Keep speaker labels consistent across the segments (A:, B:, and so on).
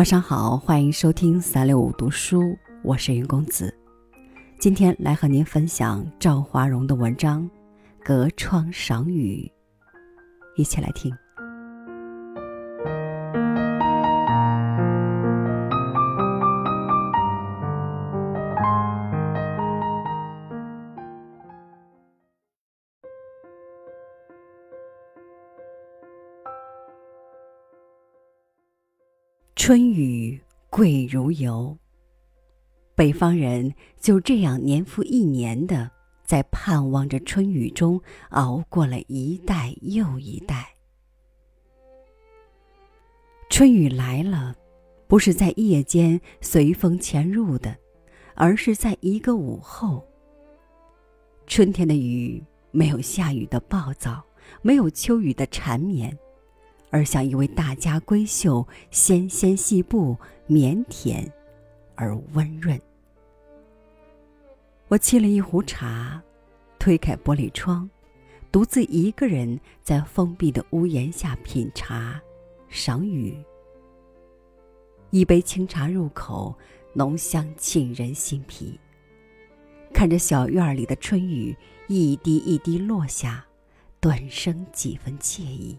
A: 晚上好，欢迎收听365读书，我是云公子。今天来和您分享赵华荣的文章《隔窗赏雨》，一起来听。春雨贵如油，北方人就这样年复一年的在盼望着春雨中熬过了一代又一代。春雨来了，不是在夜间随风潜入的，而是在一个午后。春天的雨没有夏雨的暴躁，没有秋雨的缠绵，而像一位大家闺秀，纤纤细步，腼腆而温润。我沏了一壶茶，推开玻璃窗，独自一个人在封闭的屋檐下品茶赏雨。一杯清茶入口，浓香沁人心脾。看着小院里的春雨一滴一滴落下，顿生几分惬意。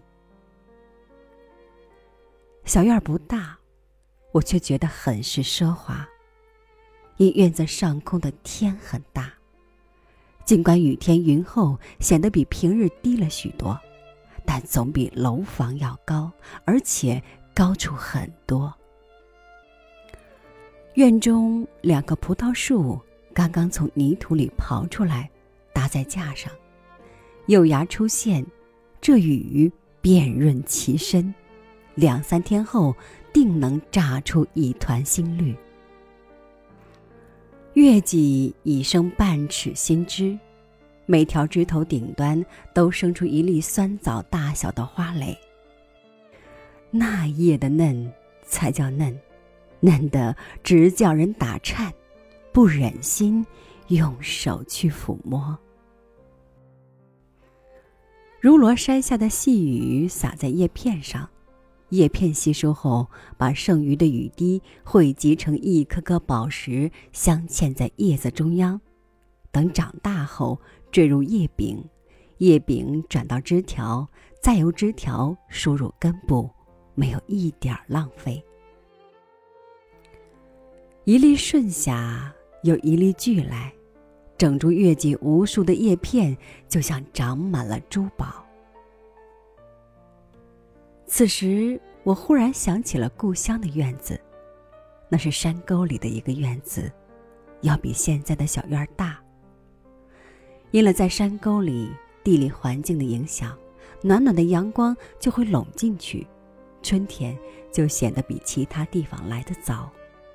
A: 小院不大，我却觉得很是奢华，因院子上空的天很大。尽管雨天云厚，显得比平日低了许多，但总比楼房要高，而且高出很多。院中2棵葡萄树刚刚从泥土里刨出来，搭在架上，幼芽出现，这雨便润其身，2-3天后定能榨出一团新绿。月季已生半尺新枝，每条枝头顶端都生出一粒酸枣大小的花蕾。那叶的嫩才叫嫩，嫩得直叫人打颤，不忍心用手去抚摸。如罗筛下的细雨洒在叶片上，叶片吸收后，把剩余的雨滴汇集成一颗颗宝石，镶嵌在叶子中央。等长大后坠入叶柄，叶柄转到枝条，再由枝条输入根部，没有一点浪费。一粒顺下，有一粒聚来，整株月季无数的叶片，就像长满了珠宝。此时我忽然想起了故乡的院子，那是山沟里的一个院子，要比现在的小院大。因了在山沟里地理环境的影响，暖暖的阳光就会拢进去，春天就显得比其他地方来得早。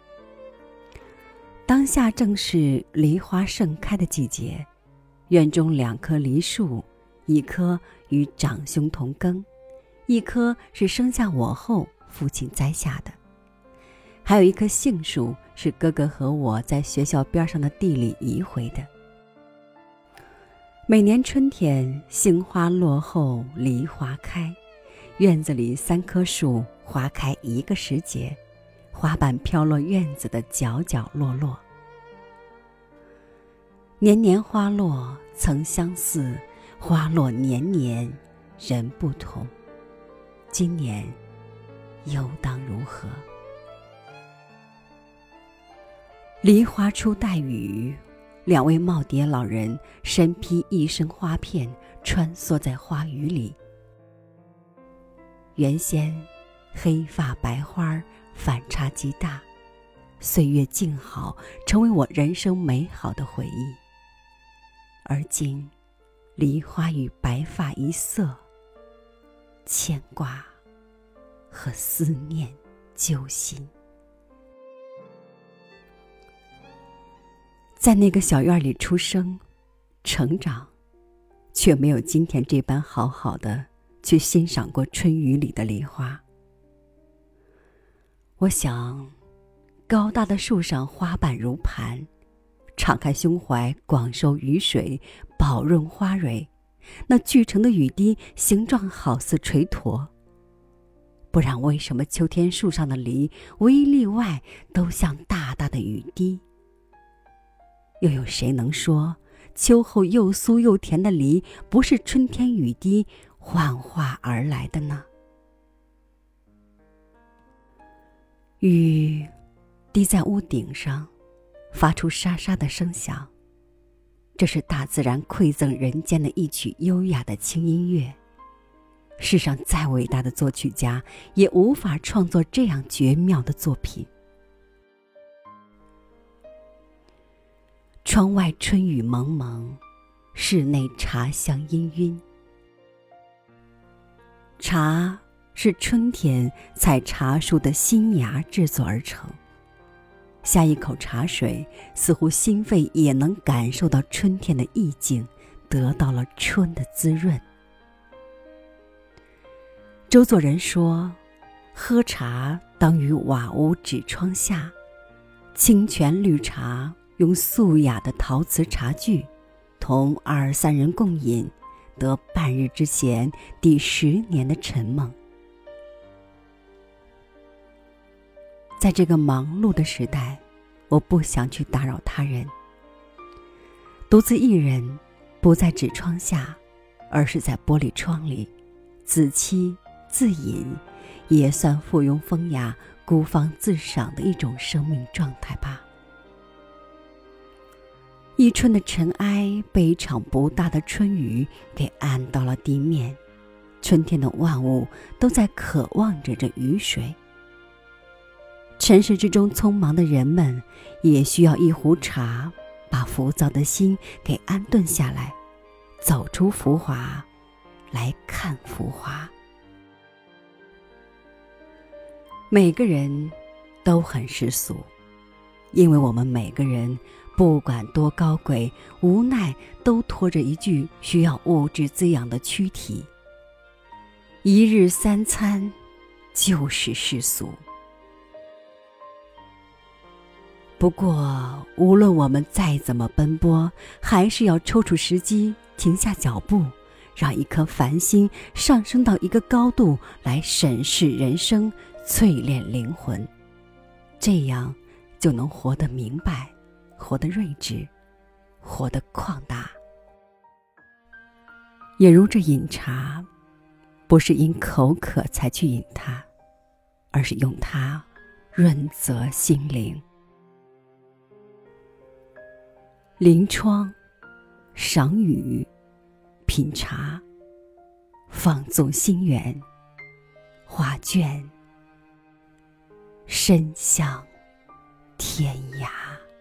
A: 当下正是梨花盛开的季节，院中2棵梨树，一棵与长兄同耕，一棵是生下我后父亲栽下的，还有一棵杏树是哥哥和我在学校边上的地里移回的。每年春天，杏花落后，梨花开，院子里3棵树花开一个时节，花瓣飘落院子的角角落落。年年花落曾相似，花落年年人不同。今年又当如何？梨花出带雨，2位耄耋老人身披一身花片，穿梭在花雨里。原先黑发白花反差极大，岁月静好，成为我人生美好的回忆。而今梨花与白发一色，牵挂和思念揪心。在那个小院里出生成长，却没有今天这般好好的去欣赏过春雨里的梨花。我想，高大的树上花瓣如盘，敞开胸怀广收雨水，饱润花蕊，那聚成的雨滴形状好似锤陀。 不然为什么秋天树上的梨无一例外都像大大的雨滴？又有谁能说秋后又酥又甜的梨不是春天雨滴幻化而来的呢？雨滴在屋顶上，发出沙沙的声响，这是大自然馈赠人间的一曲优雅的轻音乐。世上再伟大的作曲家也无法创作这样绝妙的作品。窗外春雨蒙蒙，室内茶香氤氲。茶是春天采茶树的新芽制作而成，下一口茶水，似乎心肺也能感受到春天的意境，得到了春的滋润。周作人说，喝茶当于瓦屋纸窗下，清泉绿茶用素雅的陶瓷茶具，同2、3人共饮，得半日之闲，抵10年的沉梦。在这个忙碌的时代，我不想去打扰他人。独自一人，不在纸窗下，而是在玻璃窗里，自沏自饮，也算附庸风雅、孤芳自赏的一种生命状态吧。一春的尘埃被一场不大的春雨给按到了地面，春天的万物都在渴望着这雨水。尘世之中匆忙的人们，也需要一壶茶，把浮躁的心给安顿下来，走出浮华，来看浮华。每个人都很世俗，因为我们每个人不管多高贵，无奈都拖着一具需要物质滋养的躯体。一日3餐就是世俗。不过无论我们再怎么奔波，还是要抽出时机，停下脚步，让一颗凡心上升到一个高度，来审视人生，淬炼灵魂，这样就能活得明白，活得睿智，活得旷大。也如这饮茶，不是因口渴才去饮它，而是用它润泽心灵。临窗，赏雨，品茶，放纵心源，画卷，伸向天涯。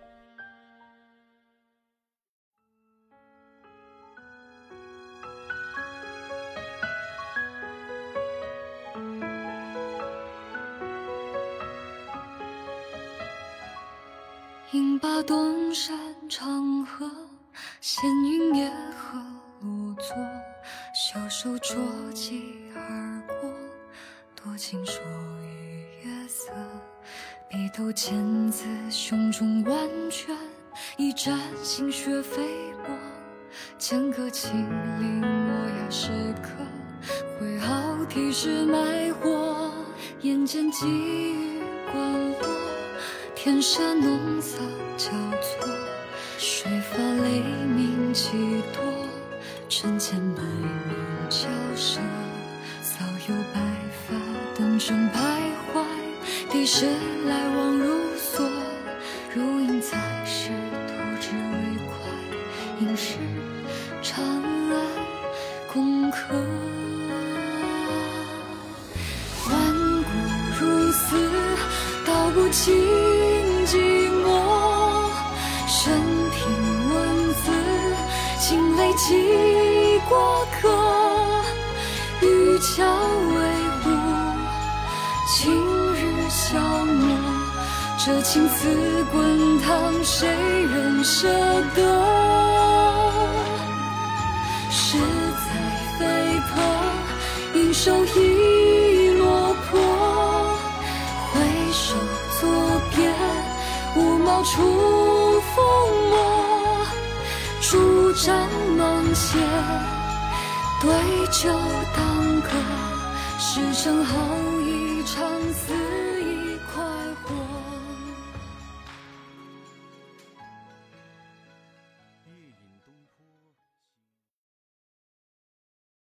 B: 饮罢东山长河，闲云野鹤落座，袖手捉襟而过，多情说与月色。笔斗千字，胸中万卷，一战心血飞薄。剑阁清灵，莫呀时刻，挥毫提示埋火。眼见际遇关落，天色浓色交错，水发雷鸣几多，唇间埋名交涉。早有白发灯中徘徊，地势来往如梭，如影在世，图之为快，应是长安共客。万古如斯，道不尽寂寞，生平文字，惊雷击过客。渔樵为伍，今日消磨，这情似滚烫，谁人舍得？势在飞魄，应手已落魄，回首作别，无毛出风墨，拄杖芒鞋，对酒当歌， 只剩后一场思